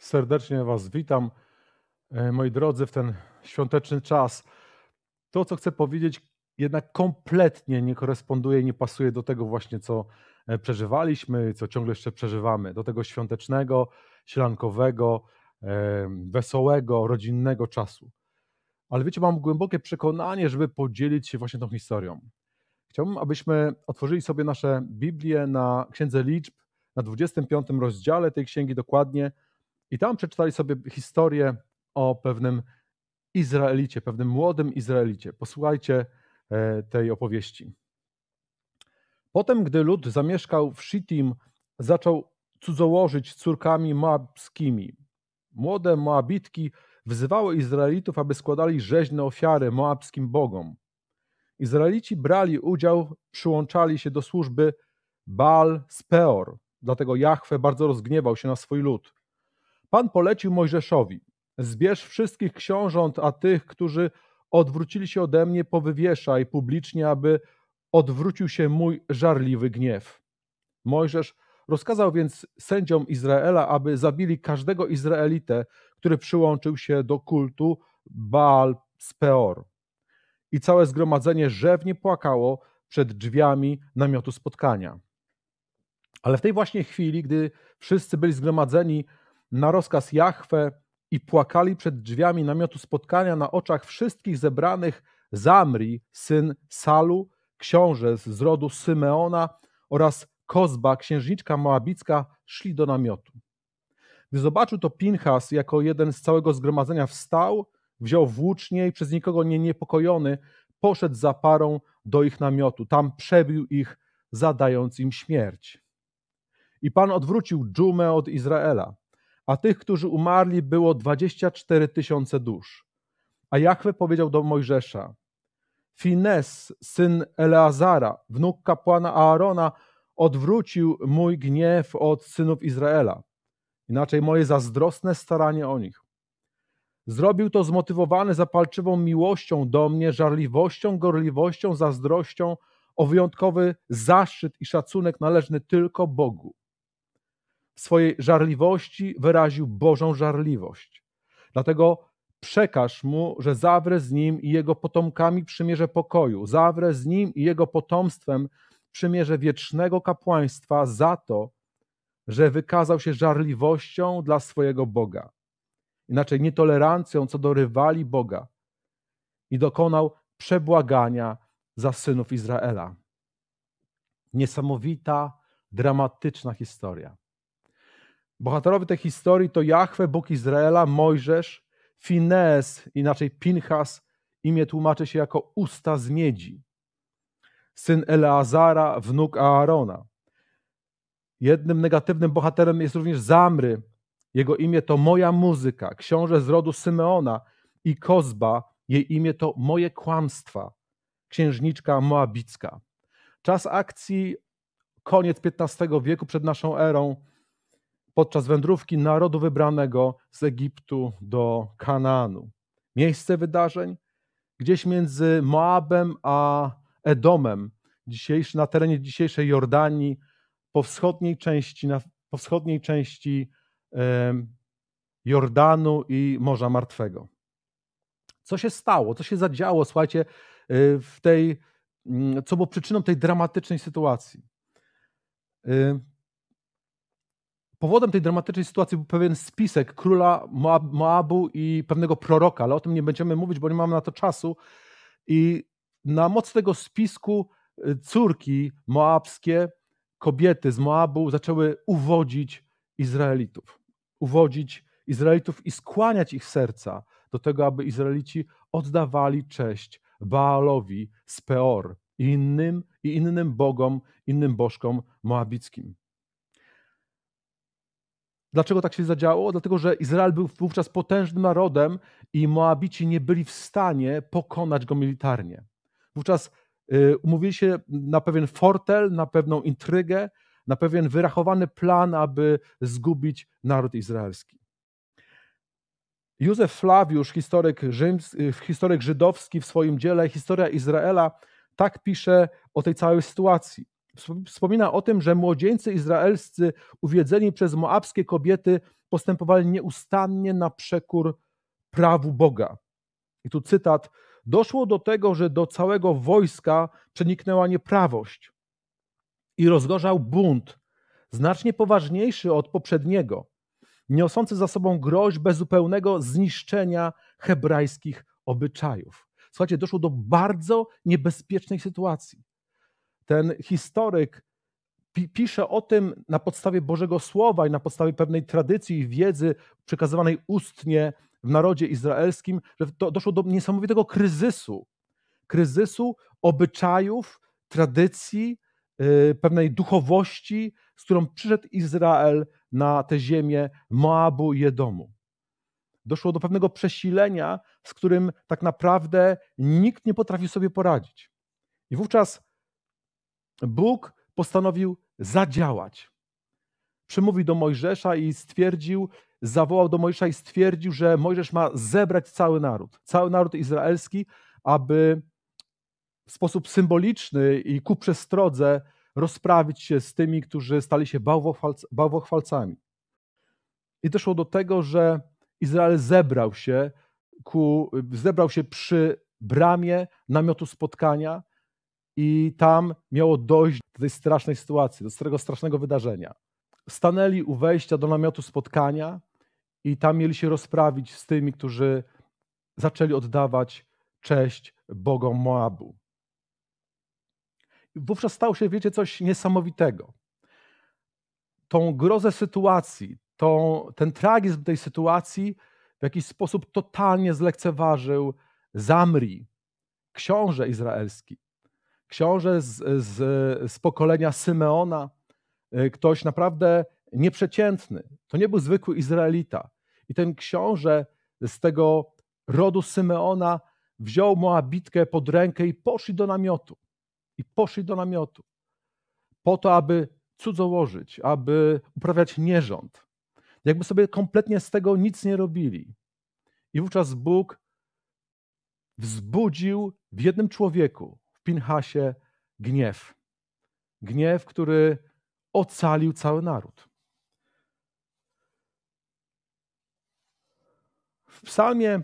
Serdecznie Was witam, moi drodzy, w ten świąteczny czas. To, co chcę powiedzieć, jednak kompletnie nie koresponduje, nie pasuje do tego właśnie, co przeżywaliśmy, co ciągle jeszcze przeżywamy, do tego świątecznego, sielankowego, wesołego, rodzinnego czasu. Ale wiecie, mam głębokie przekonanie, żeby podzielić się właśnie tą historią. Chciałbym, abyśmy otworzyli sobie nasze Biblię na Księdze Liczb, na 25 rozdziale tej księgi dokładnie, i tam przeczytali sobie historię o pewnym Izraelicie, pewnym młodym Izraelicie. Posłuchajcie tej opowieści. Potem, gdy lud zamieszkał w Shittim, zaczął cudzołożyć córkami moabskimi. Młode Moabitki wzywały Izraelitów, aby składali rzeźne ofiary moabskim bogom. Izraelici brali udział, przyłączali się do służby Baal Speor, dlatego Jahwe bardzo rozgniewał się na swój lud. Pan polecił Mojżeszowi: zbierz wszystkich książąt, a tych, którzy odwrócili się ode mnie, powywieszaj publicznie, aby odwrócił się mój żarliwy gniew. Mojżesz rozkazał więc sędziom Izraela, aby zabili każdego Izraelitę, który przyłączył się do kultu Baal Speor. I całe zgromadzenie rzewnie płakało przed drzwiami namiotu spotkania. Ale w tej właśnie chwili, gdy wszyscy byli zgromadzeni na rozkaz Jahwe i płakali przed drzwiami namiotu spotkania, na oczach wszystkich zebranych, Zamri, syn Salu, książę z rodu Symeona, oraz Kozba, księżniczka moabicka, szli do namiotu. Gdy zobaczył to Pinchas, jako jeden z całego zgromadzenia wstał, wziął włócznie i przez nikogo nie niepokojony poszedł za parą do ich namiotu. Tam przebił ich, zadając im śmierć. I Pan odwrócił dżumę od Izraela, a tych, którzy umarli, było 24 000 dusz. A Jahwe powiedział do Mojżesza: Fines, syn Eleazara, wnuk kapłana Aarona, odwrócił mój gniew od synów Izraela, inaczej moje zazdrosne staranie o nich. Zrobił to zmotywowany zapalczywą miłością do mnie, żarliwością, gorliwością, zazdrością o wyjątkowy zaszczyt i szacunek należny tylko Bogu. W swojej żarliwości wyraził Bożą żarliwość. Dlatego przekaż mu, że zawrę z nim i jego potomkami przymierze pokoju, zawrę z nim i jego potomstwem przymierze wiecznego kapłaństwa za to, że wykazał się żarliwością dla swojego Boga, inaczej nietolerancją co do rywali Boga, i dokonał przebłagania za synów Izraela. Niesamowita, dramatyczna historia. Bohaterowie tej historii to Jahwe, Bóg Izraela, Mojżesz, Fines, inaczej Pinchas, imię tłumaczy się jako usta z miedzi, syn Eleazara, wnuk Aarona. Jednym negatywnym bohaterem jest również Zamry. Jego imię to moja muzyka, książę z rodu Symeona, i Kozba, jej imię to moje kłamstwa, księżniczka moabicka. Czas akcji koniec XV wieku przed naszą erą, podczas wędrówki narodu wybranego z Egiptu do Kanaanu. Miejsce wydarzeń gdzieś między Moabem a Edomem, na terenie dzisiejszej Jordanii, po wschodniej części Jordanu i Morza Martwego. Co się stało? Co się zadziało, słuchajcie, co było przyczyną tej dramatycznej sytuacji? Powodem tej dramatycznej sytuacji był pewien spisek króla Moabu i pewnego proroka, ale o tym nie będziemy mówić, bo nie mamy na to czasu. I na mocy tego spisku córki moabskie, kobiety z Moabu zaczęły uwodzić Izraelitów i skłaniać ich serca do tego, aby Izraelici oddawali cześć Baalowi z Peor i innym bogom, innym bożkom moabickim. Dlaczego tak się zadziało? Dlatego, że Izrael był wówczas potężnym narodem i Moabici nie byli w stanie pokonać go militarnie. Wówczas umówili się na pewien fortel, na pewną intrygę, na pewien wyrachowany plan, aby zgubić naród izraelski. Józef Flawiusz, historyk żydowski, w swoim dziele Historia Izraela, tak pisze o tej całej sytuacji. Wspomina o tym, że młodzieńcy izraelscy uwiedzeni przez moabskie kobiety postępowali nieustannie na przekór prawu Boga. I tu cytat: doszło do tego, że do całego wojska przeniknęła nieprawość i rozgorzał bunt, znacznie poważniejszy od poprzedniego, niosący za sobą groźbę zupełnego zniszczenia hebrajskich obyczajów. Słuchajcie, doszło do bardzo niebezpiecznej sytuacji. Ten historyk pisze o tym na podstawie Bożego Słowa i na podstawie pewnej tradycji i wiedzy przekazywanej ustnie w narodzie izraelskim, że doszło do niesamowitego kryzysu obyczajów, tradycji, pewnej duchowości, z którą przyszedł Izrael na tę ziemię Moabu i Edomu. Doszło do pewnego przesilenia, z którym tak naprawdę nikt nie potrafił sobie poradzić. I wówczas Bóg postanowił zadziałać. Przemówił do Mojżesza i zawołał do Mojżesza i stwierdził, że Mojżesz ma zebrać cały naród izraelski, aby w sposób symboliczny i ku przestrodze rozprawić się z tymi, którzy stali się bałwochwalcami. I doszło do tego, że Izrael zebrał się przy bramie namiotu spotkania i tam miało dojść do tej strasznej sytuacji, do tego strasznego wydarzenia. Stanęli u wejścia do namiotu spotkania i tam mieli się rozprawić z tymi, którzy zaczęli oddawać cześć bogom Moabu. Wówczas stało się, wiecie, coś niesamowitego. Tą grozę sytuacji, ten tragizm tej sytuacji w jakiś sposób totalnie zlekceważył Zamri, książę izraelski. Książę z pokolenia Symeona, ktoś naprawdę nieprzeciętny. To nie był zwykły Izraelita. I ten książę z tego rodu Symeona wziął Moabitkę pod rękę i poszli do namiotu. Po to, aby cudzołożyć, aby uprawiać nierząd. Jakby sobie kompletnie z tego nic nie robili. I wówczas Bóg wzbudził w jednym człowieku, w Pinchasie, gniew. Gniew, który ocalił cały naród. W psalmie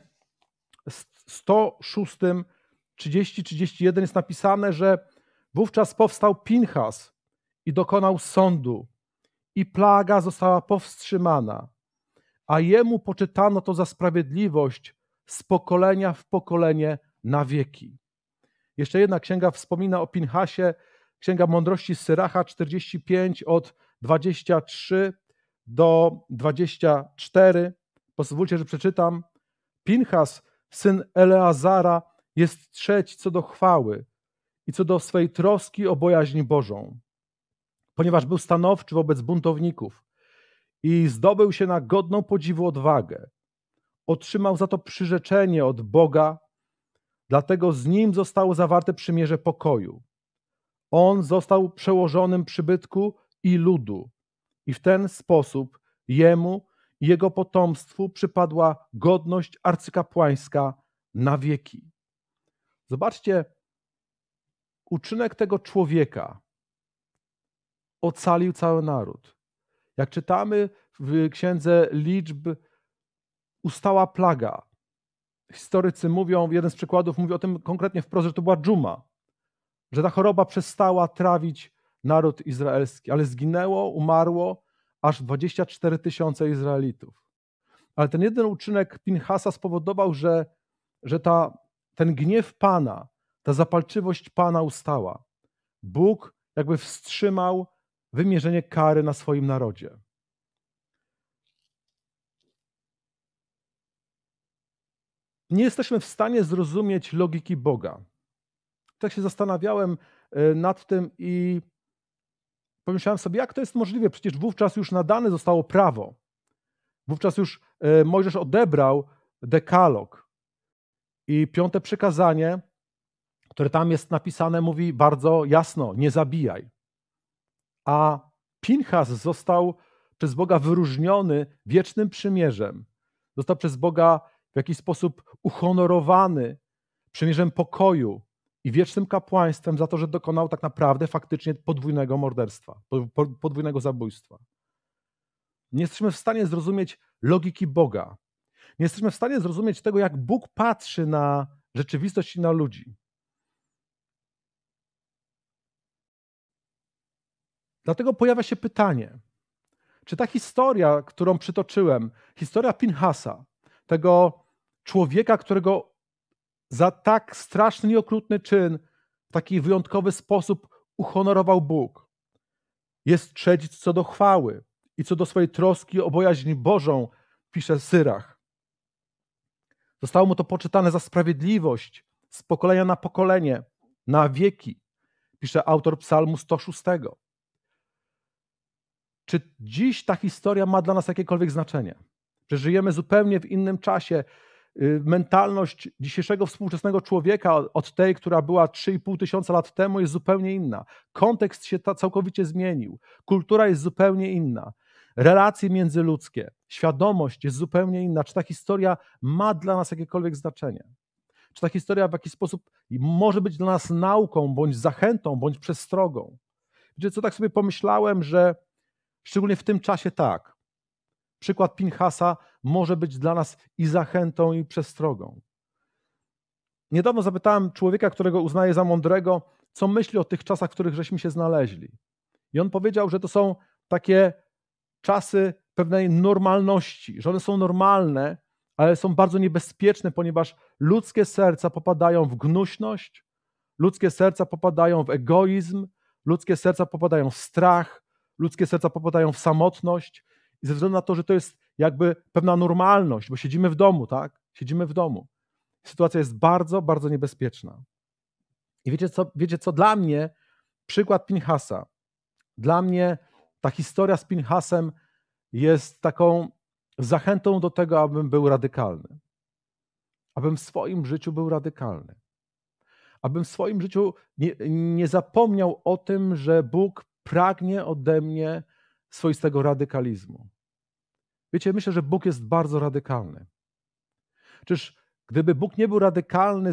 106, 30-31 jest napisane, że wówczas powstał Pinchas i dokonał sądu i plaga została powstrzymana, a jemu poczytano to za sprawiedliwość z pokolenia w pokolenie na wieki. Jeszcze jedna księga wspomina o Pinchasie, Księga Mądrości Syracha 45 od 23 do 24. Pozwólcie, że przeczytam. Pinchas, syn Eleazara, jest trzeci co do chwały i co do swej troski o bojaźń Bożą, ponieważ był stanowczy wobec buntowników i zdobył się na godną podziwu odwagę. Otrzymał za to przyrzeczenie od Boga, dlatego z nim zostało zawarte przymierze pokoju. On został przełożonym przybytku i ludu i w ten sposób jemu i jego potomstwu przypadła godność arcykapłańska na wieki. Zobaczcie, uczynek tego człowieka ocalił cały naród. Jak czytamy w Księdze Liczb, ustała plaga. Historycy mówią, jeden z przykładów mówi o tym konkretnie wprost, że to była dżuma, że ta choroba przestała trawić naród izraelski, ale umarło aż 24 000 Izraelitów. Ale ten jeden uczynek Pinchasa spowodował, że ten gniew Pana, ta zapalczywość Pana ustała. Bóg jakby wstrzymał wymierzenie kary na swoim narodzie. Nie jesteśmy w stanie zrozumieć logiki Boga. Tak się zastanawiałem nad tym i pomyślałem sobie, jak to jest możliwe? Przecież wówczas już nadane zostało prawo. Wówczas już Mojżesz odebrał dekalog. I 5. przykazanie, które tam jest napisane, mówi bardzo jasno, nie zabijaj. A Pinchas został przez Boga wyróżniony wiecznym przymierzem. Został przez Boga w jakiś sposób uhonorowany przymierzem pokoju i wiecznym kapłaństwem za to, że dokonał tak naprawdę faktycznie podwójnego morderstwa, podwójnego zabójstwa. Nie jesteśmy w stanie zrozumieć logiki Boga. Nie jesteśmy w stanie zrozumieć tego, jak Bóg patrzy na rzeczywistość i na ludzi. Dlatego pojawia się pytanie, czy ta historia, którą przytoczyłem, historia Pinchasa, tego człowieka, którego za tak straszny i okrutny czyn w taki wyjątkowy sposób uhonorował Bóg, jest trzeć co do chwały i co do swojej troski o bojaźń Bożą, pisze Syrach. Zostało mu to poczytane za sprawiedliwość z pokolenia na pokolenie, na wieki, pisze autor Psalmu 106. Czy dziś ta historia ma dla nas jakiekolwiek znaczenie? Że żyjemy zupełnie w innym czasie. Mentalność dzisiejszego współczesnego człowieka od tej, która była 3,5 tysiąca lat temu, jest zupełnie inna. Kontekst się całkowicie zmienił. Kultura jest zupełnie inna. Relacje międzyludzkie, świadomość jest zupełnie inna. Czy ta historia ma dla nas jakiekolwiek znaczenie? Czy ta historia w jakiś sposób może być dla nas nauką, bądź zachętą, bądź przestrogą? Wiecie co, tak sobie pomyślałem, że szczególnie w tym czasie tak. Przykład Pinchasa może być dla nas i zachętą, i przestrogą. Niedawno zapytałem człowieka, którego uznaję za mądrego, co myśli o tych czasach, w których żeśmy się znaleźli. I on powiedział, że to są takie czasy pewnej normalności, że one są normalne, ale są bardzo niebezpieczne, ponieważ ludzkie serca popadają w gnuśność, ludzkie serca popadają w egoizm, ludzkie serca popadają w strach, ludzkie serca popadają w samotność i ze względu na to, że to jest jakby pewna normalność, bo siedzimy w domu, tak? Siedzimy w domu. Sytuacja jest bardzo, bardzo niebezpieczna. I wiecie co? Dla mnie przykład Pinchasa, dla mnie ta historia z Pinchasem jest taką zachętą do tego, abym był radykalny. Abym w swoim życiu był radykalny. Abym w swoim życiu nie zapomniał o tym, że Bóg pragnie ode mnie swoistego radykalizmu. Wiecie, myślę, że Bóg jest bardzo radykalny. Czyż gdyby Bóg nie był radykalny,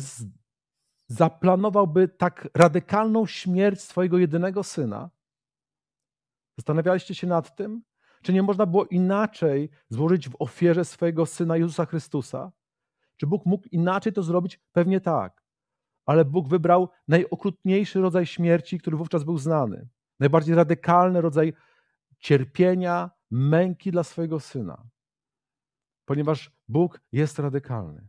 zaplanowałby tak radykalną śmierć swojego jedynego Syna? Zastanawialiście się nad tym? Czy nie można było inaczej złożyć w ofierze swojego Syna Jezusa Chrystusa? Czy Bóg mógł inaczej to zrobić? Pewnie tak. Ale Bóg wybrał najokrutniejszy rodzaj śmierci, który wówczas był znany. Najbardziej radykalny rodzaj cierpienia, męki dla swojego Syna. Ponieważ Bóg jest radykalny.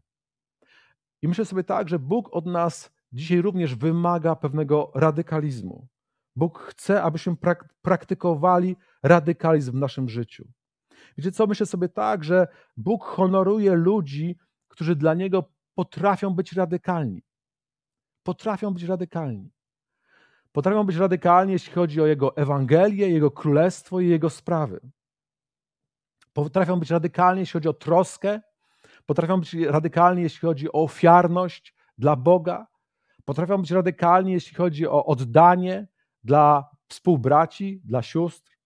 I myślę sobie tak, że Bóg od nas dzisiaj również wymaga pewnego radykalizmu. Bóg chce, abyśmy praktykowali radykalizm w naszym życiu. Wiecie co? Myślę sobie tak, że Bóg honoruje ludzi, którzy dla Niego potrafią być radykalni. Potrafią być radykalni. Potrafią być radykalni, jeśli chodzi o Jego Ewangelię, Jego Królestwo i Jego sprawy. Potrafią być radykalni, jeśli chodzi o troskę. Potrafią być radykalni, jeśli chodzi o ofiarność dla Boga. Potrafią być radykalni, jeśli chodzi o oddanie dla współbraci, dla sióstr.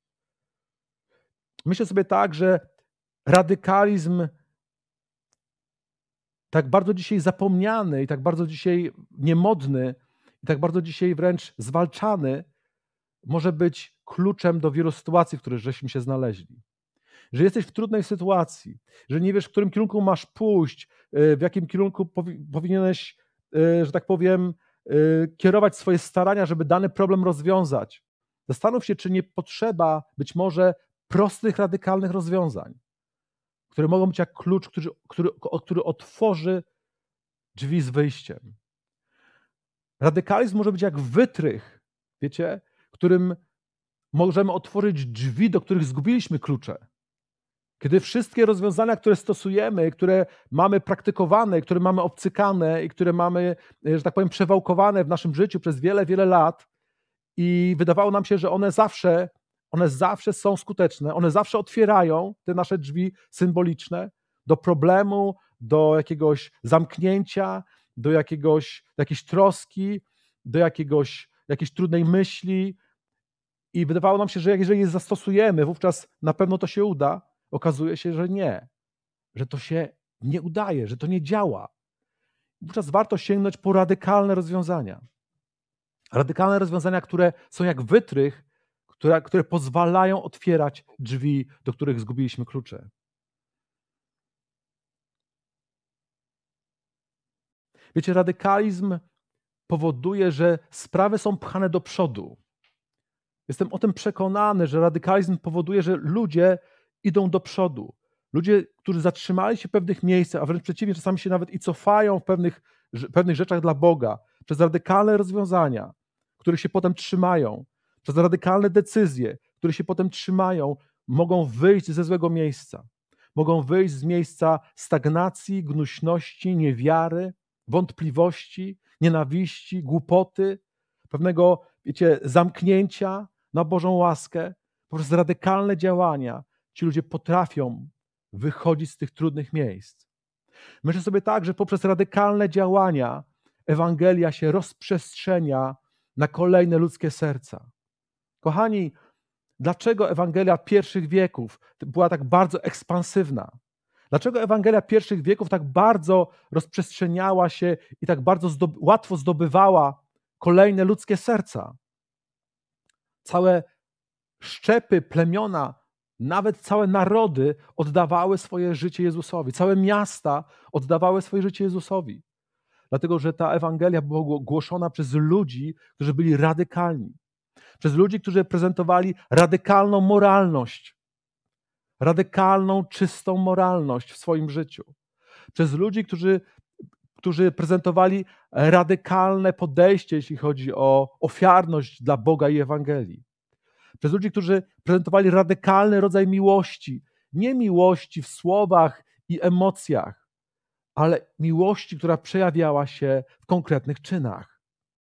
Myślę sobie tak, że radykalizm tak bardzo dzisiaj zapomniany i tak bardzo dzisiaj niemodny i tak bardzo dzisiaj wręcz zwalczany może być kluczem do wielu sytuacji, w których żeśmy się znaleźli. Że jesteś w trudnej sytuacji, że nie wiesz, w którym kierunku masz pójść, w jakim kierunku powinieneś, że tak powiem, kierować swoje starania, żeby dany problem rozwiązać. Zastanów się, czy nie potrzeba być może prostych, radykalnych rozwiązań, które mogą być jak klucz, który otworzy drzwi z wyjściem. Radykalizm może być jak wytrych, wiecie, którym możemy otworzyć drzwi, do których zgubiliśmy klucze. Kiedy wszystkie rozwiązania, które stosujemy, które mamy praktykowane, które mamy obcykane i które mamy, że tak powiem, przewałkowane w naszym życiu przez wiele, wiele lat i wydawało nam się, że one zawsze są skuteczne, one zawsze otwierają te nasze drzwi symboliczne do problemu, do jakiegoś zamknięcia, do jakiejś troski, do jakiejś trudnej myśli i wydawało nam się, że jeżeli je zastosujemy, wówczas na pewno to się uda. Okazuje się, że nie, że to się nie udaje, że to nie działa. Wówczas warto sięgnąć po radykalne rozwiązania. Radykalne rozwiązania, które są jak wytrych, które pozwalają otwierać drzwi, do których zgubiliśmy klucze. Wiecie, radykalizm powoduje, że sprawy są pchane do przodu. Jestem o tym przekonany, że radykalizm powoduje, że ludzie idą do przodu. Ludzie, którzy zatrzymali się w pewnych miejscach, a wręcz przeciwnie, czasami się nawet i cofają w pewnych rzeczach dla Boga, przez radykalne rozwiązania, których się potem trzymają, przez radykalne decyzje, których się potem trzymają, mogą wyjść ze złego miejsca. Mogą wyjść z miejsca stagnacji, gnuśności, niewiary, wątpliwości, nienawiści, głupoty, pewnego, wiecie, zamknięcia na Bożą łaskę. Poprzez radykalne działania ci ludzie potrafią wychodzić z tych trudnych miejsc. Myślę sobie tak, że poprzez radykalne działania Ewangelia się rozprzestrzenia na kolejne ludzkie serca. Kochani, dlaczego Ewangelia pierwszych wieków była tak bardzo ekspansywna? Dlaczego Ewangelia pierwszych wieków tak bardzo rozprzestrzeniała się i tak bardzo łatwo zdobywała kolejne ludzkie serca? Całe szczepy, plemiona, nawet całe narody oddawały swoje życie Jezusowi. Całe miasta oddawały swoje życie Jezusowi. Dlatego, że ta Ewangelia była głoszona przez ludzi, którzy byli radykalni. Przez ludzi, którzy prezentowali radykalną moralność. Radykalną, czystą moralność w swoim życiu. Przez ludzi, którzy prezentowali radykalne podejście, jeśli chodzi o ofiarność dla Boga i Ewangelii. Przez ludzi, którzy prezentowali radykalny rodzaj miłości. Nie miłości w słowach i emocjach, ale miłości, która przejawiała się w konkretnych czynach.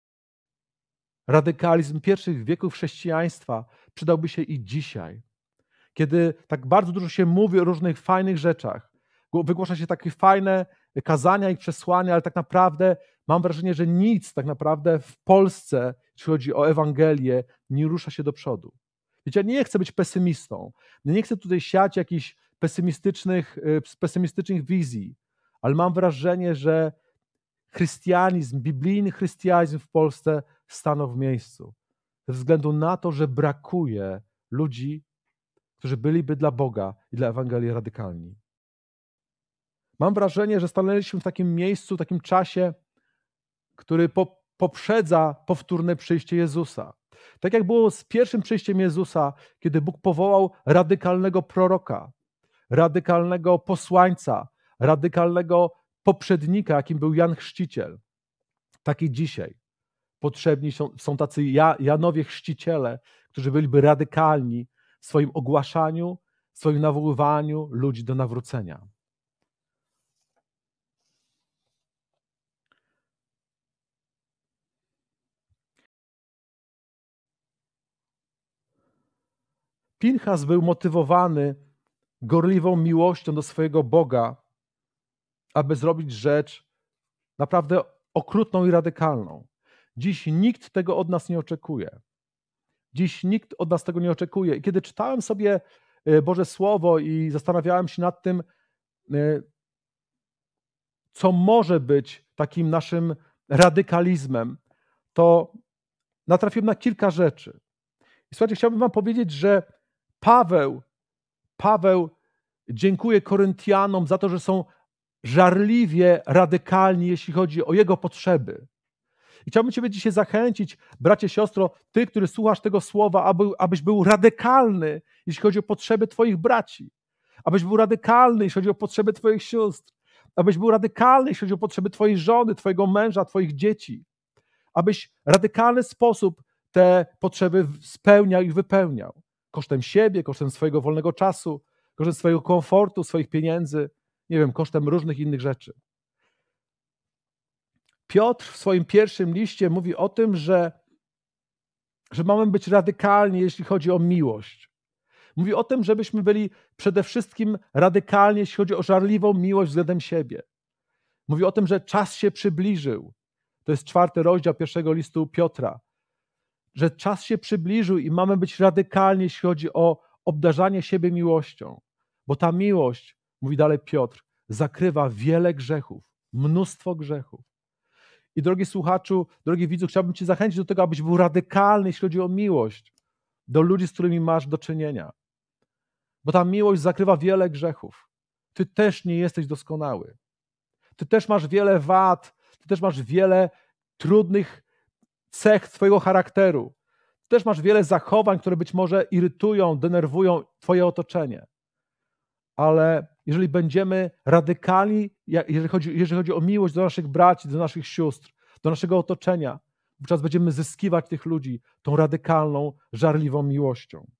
Radykalizm pierwszych wieków chrześcijaństwa przydałby się i dzisiaj. Kiedy tak bardzo dużo się mówi o różnych fajnych rzeczach, wygłasza się takie fajne kazania i przesłania, ale tak naprawdę mam wrażenie, że nic tak naprawdę w Polsce, jeśli chodzi o Ewangelię, nie rusza się do przodu. Wiecie, ja nie chcę być pesymistą, nie chcę tutaj siać jakichś pesymistycznych wizji, ale mam wrażenie, że chrystianizm, biblijny chrystianizm w Polsce stanął w miejscu. Ze względu na to, że brakuje ludzi, którzy byliby dla Boga i dla Ewangelii radykalni. Mam wrażenie, że stanęliśmy w takim miejscu, w takim czasie, który poprzedza powtórne przyjście Jezusa. Tak jak było z pierwszym przyjściem Jezusa, kiedy Bóg powołał radykalnego proroka, radykalnego posłańca, radykalnego poprzednika, jakim był Jan Chrzciciel. Tak i dzisiaj potrzebni są tacy Janowie chrzciciele, którzy byliby radykalni w swoim ogłaszaniu, w swoim nawoływaniu ludzi do nawrócenia. Pinchas był motywowany gorliwą miłością do swojego Boga, aby zrobić rzecz naprawdę okrutną i radykalną. Dziś nikt tego od nas nie oczekuje. Dziś nikt od nas tego nie oczekuje. I kiedy czytałem sobie Boże Słowo i zastanawiałem się nad tym, co może być takim naszym radykalizmem, to natrafiłem na kilka rzeczy. I słuchajcie, chciałbym wam powiedzieć, że Paweł dziękuję Koryntianom za to, że są żarliwie radykalni, jeśli chodzi o jego potrzeby. I chciałbym ciebie dzisiaj zachęcić, bracie, siostro, ty, który słuchasz tego słowa, abyś był radykalny, jeśli chodzi o potrzeby twoich braci. Abyś był radykalny, jeśli chodzi o potrzeby twoich sióstr. Abyś był radykalny, jeśli chodzi o potrzeby twojej żony, twojego męża, twoich dzieci. Abyś w radykalny sposób te potrzeby spełniał i wypełniał. Kosztem siebie, kosztem swojego wolnego czasu, kosztem swojego komfortu, swoich pieniędzy, nie wiem, kosztem różnych innych rzeczy. Piotr w swoim pierwszym liście mówi o tym, że mamy być radykalni, jeśli chodzi o miłość. Mówi o tym, żebyśmy byli przede wszystkim radykalni, jeśli chodzi o żarliwą miłość względem siebie. Mówi o tym, że czas się przybliżył. To jest 4 rozdział 1 listu Piotra. Że czas się przybliżył i mamy być radykalni, jeśli chodzi o obdarzanie siebie miłością. Bo ta miłość, mówi dalej Piotr, zakrywa wiele grzechów, mnóstwo grzechów. I drogi słuchaczu, drogi widzu, chciałbym cię zachęcić do tego, abyś był radykalny, jeśli chodzi o miłość. do ludzi, z którymi masz do czynienia. Bo ta miłość zakrywa wiele grzechów. Ty też nie jesteś doskonały. Ty też masz wiele wad, ty też masz wiele trudnych cech twojego charakteru. Ty też masz wiele zachowań, które być może irytują, denerwują twoje otoczenie. Ale jeżeli będziemy radykalni, jeżeli chodzi o miłość do naszych braci, do naszych sióstr, do naszego otoczenia, wówczas będziemy zyskiwać tych ludzi tą radykalną, żarliwą miłością.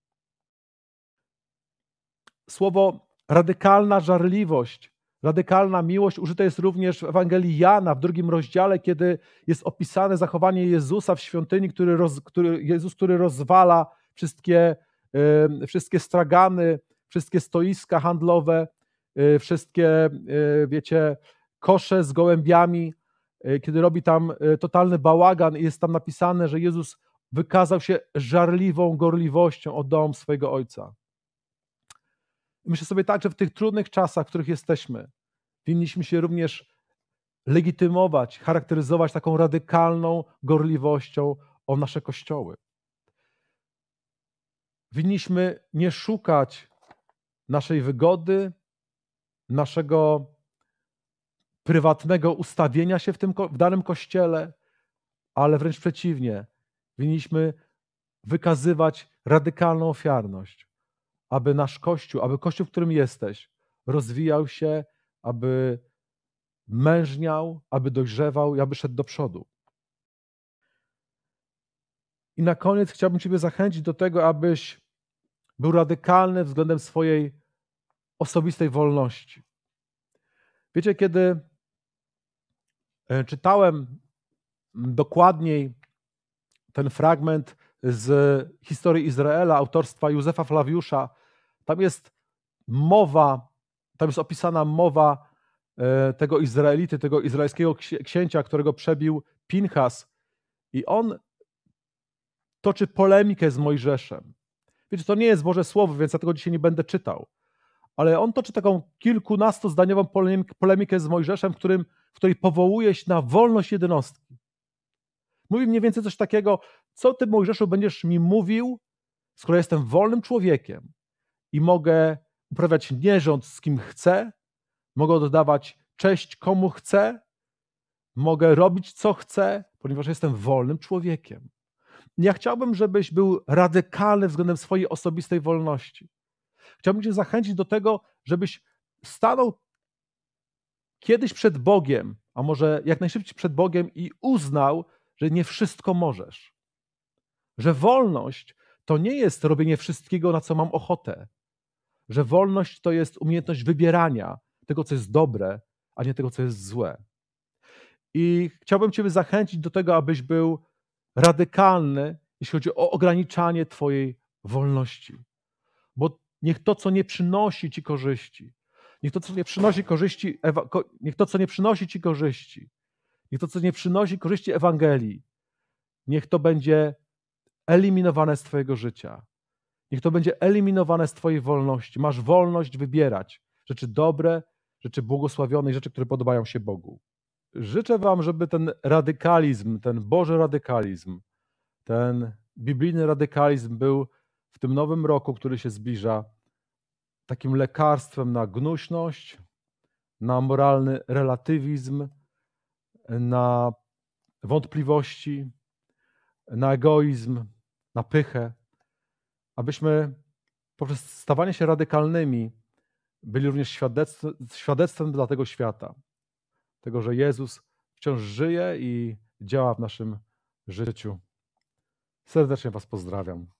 Słowo radykalna żarliwość, radykalna miłość użyte jest również w Ewangelii Jana w 2 rozdziale, kiedy jest opisane zachowanie Jezusa w świątyni, który rozwala wszystkie stragany, wszystkie stoiska handlowe, wszystkie, kosze z gołębiami, kiedy robi tam totalny bałagan i jest tam napisane, że Jezus wykazał się żarliwą gorliwością o dom swojego Ojca. Myślę sobie tak, że w tych trudnych czasach, w których jesteśmy, winniśmy się również legitymować, charakteryzować taką radykalną gorliwością o nasze kościoły. Winniśmy nie szukać naszej wygody, naszego prywatnego ustawienia się w danym kościele, ale wręcz przeciwnie, winniśmy wykazywać radykalną ofiarność, aby nasz Kościół, aby Kościół, w którym jesteś, rozwijał się, aby mężniał, aby dojrzewał i aby szedł do przodu. I na koniec chciałbym Ciebie zachęcić do tego, abyś był radykalny względem swojej osobistej wolności. Wiecie, kiedy czytałem dokładniej ten fragment z historii Izraela, autorstwa Józefa Flawiusza, tam jest opisana mowa tego Izraelity, tego izraelskiego księcia, którego przebił Pinchas, i on toczy polemikę z Mojżeszem. Wiecie, to nie jest Boże Słowo, więc ja tego dzisiaj nie będę czytał, ale on toczy taką kilkunastozdaniową polemikę z Mojżeszem, w której powołuje się na wolność jednostki. Mówi mniej więcej coś takiego: co ty, Mojżeszu, będziesz mi mówił, skoro jestem wolnym człowiekiem i mogę uprawiać nierząd z kim chcę, mogę oddawać cześć komu chcę, mogę robić co chcę, ponieważ jestem wolnym człowiekiem. Ja chciałbym, żebyś był radykalny względem swojej osobistej wolności. Chciałbym cię zachęcić do tego, żebyś stanął kiedyś przed Bogiem, a może jak najszybciej przed Bogiem, i uznał, że nie wszystko możesz. Że wolność to nie jest robienie wszystkiego, na co mam ochotę. Że wolność to jest umiejętność wybierania tego, co jest dobre, a nie tego, co jest złe. I chciałbym Ciebie zachęcić do tego, abyś był radykalny, jeśli chodzi o ograniczanie Twojej wolności. Bo niech to, co nie przynosi Ci korzyści, niech to, co nie przynosi korzyści Ewangelii, niech to będzie eliminowane z Twojego życia. Niech to będzie eliminowane z Twojej wolności. Masz wolność wybierać rzeczy dobre, rzeczy błogosławione i rzeczy, które podobają się Bogu. Życzę Wam, żeby ten radykalizm, ten Boży radykalizm, ten biblijny radykalizm był w tym nowym roku, który się zbliża, takim lekarstwem na gnuśność, na moralny relatywizm, na wątpliwości, na egoizm, na pychę, abyśmy poprzez stawanie się radykalnymi byli również świadectwem dla tego świata, tego, że Jezus wciąż żyje i działa w naszym życiu. Serdecznie Was pozdrawiam.